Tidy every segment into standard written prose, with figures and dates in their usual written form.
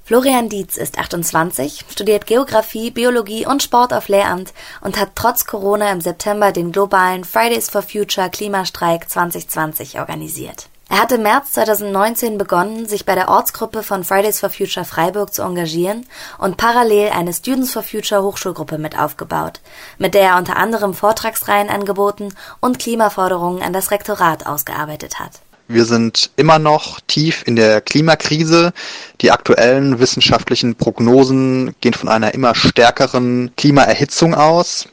Florian Dietz ist 28, studiert Geografie, Biologie und Sport auf Lehramt und hat trotz Corona im September den globalen Fridays for Future Klimastreik 2020 organisiert. Er hat im März 2019 begonnen, sich bei der Ortsgruppe von Fridays for Future Freiburg zu engagieren und parallel eine Students for Future Hochschulgruppe mit aufgebaut, mit der er unter anderem Vortragsreihen angeboten und Klimaforderungen an das Rektorat ausgearbeitet hat. Wir sind immer noch tief in der Klimakrise. Die aktuellen wissenschaftlichen Prognosen gehen von einer immer stärkeren Klimaerhitzung aus.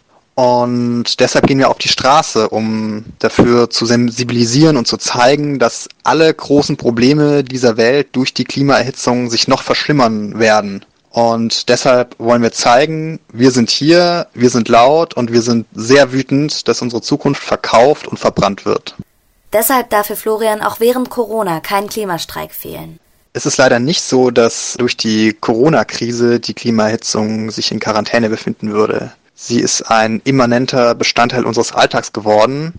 Und deshalb gehen wir auf die Straße, um dafür zu sensibilisieren und zu zeigen, dass alle großen Probleme dieser Welt durch die Klimaerhitzung sich noch verschlimmern werden. Und deshalb wollen wir zeigen, wir sind hier, wir sind laut und wir sind sehr wütend, dass unsere Zukunft verkauft und verbrannt wird. Deshalb darf für Florian auch während Corona kein Klimastreik fehlen. Es ist leider nicht so, dass durch die Corona-Krise die Klimaerhitzung sich in Quarantäne befinden würde. Sie ist ein immanenter Bestandteil unseres Alltags geworden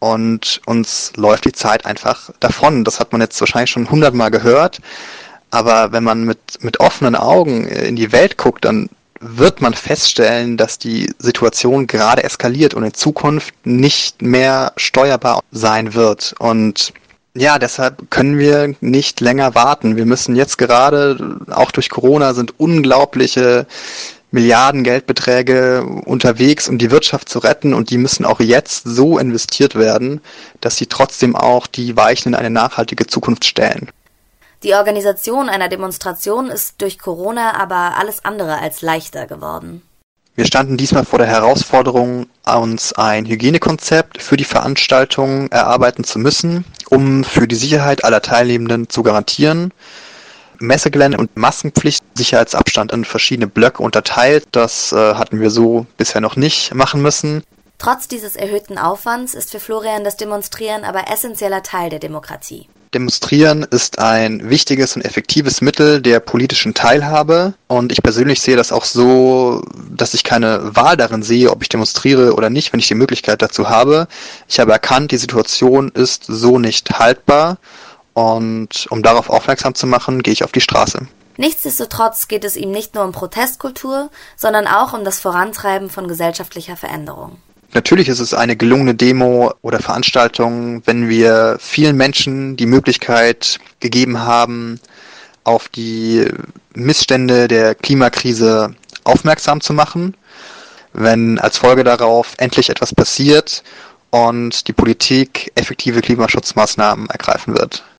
und uns läuft die Zeit einfach davon. Das hat man jetzt wahrscheinlich schon 100-mal gehört, aber wenn man mit offenen Augen in die Welt guckt, dann wird man feststellen, dass die Situation gerade eskaliert und in Zukunft nicht mehr steuerbar sein wird. Und ja, deshalb können wir nicht länger warten. Wir müssen jetzt gerade, auch durch Corona, sind unglaubliche Milliarden Geldbeträge unterwegs, um die Wirtschaft zu retten, und die müssen auch jetzt so investiert werden, dass sie trotzdem auch die Weichen in eine nachhaltige Zukunft stellen. Die Organisation einer Demonstration ist durch Corona aber alles andere als leichter geworden. Wir standen diesmal vor der Herausforderung, uns ein Hygienekonzept für die Veranstaltung erarbeiten zu müssen, um für die Sicherheit aller Teilnehmenden zu garantieren. Messegelände und Maskenpflicht, Sicherheitsabstand in verschiedene Blöcke unterteilt. Das hatten wir so bisher noch nicht machen müssen. Trotz dieses erhöhten Aufwands ist für Florian das Demonstrieren aber essentieller Teil der Demokratie. Demonstrieren ist ein wichtiges und effektives Mittel der politischen Teilhabe, und ich persönlich sehe das auch so, dass ich keine Wahl darin sehe, ob ich demonstriere oder nicht, wenn ich die Möglichkeit dazu habe. Ich habe erkannt, die Situation ist so nicht haltbar, und um darauf aufmerksam zu machen, gehe ich auf die Straße. Nichtsdestotrotz geht es ihm nicht nur um Protestkultur, sondern auch um das Vorantreiben von gesellschaftlicher Veränderung. Natürlich ist es eine gelungene Demo oder Veranstaltung, wenn wir vielen Menschen die Möglichkeit gegeben haben, auf die Missstände der Klimakrise aufmerksam zu machen, wenn als Folge darauf endlich etwas passiert und die Politik effektive Klimaschutzmaßnahmen ergreifen wird.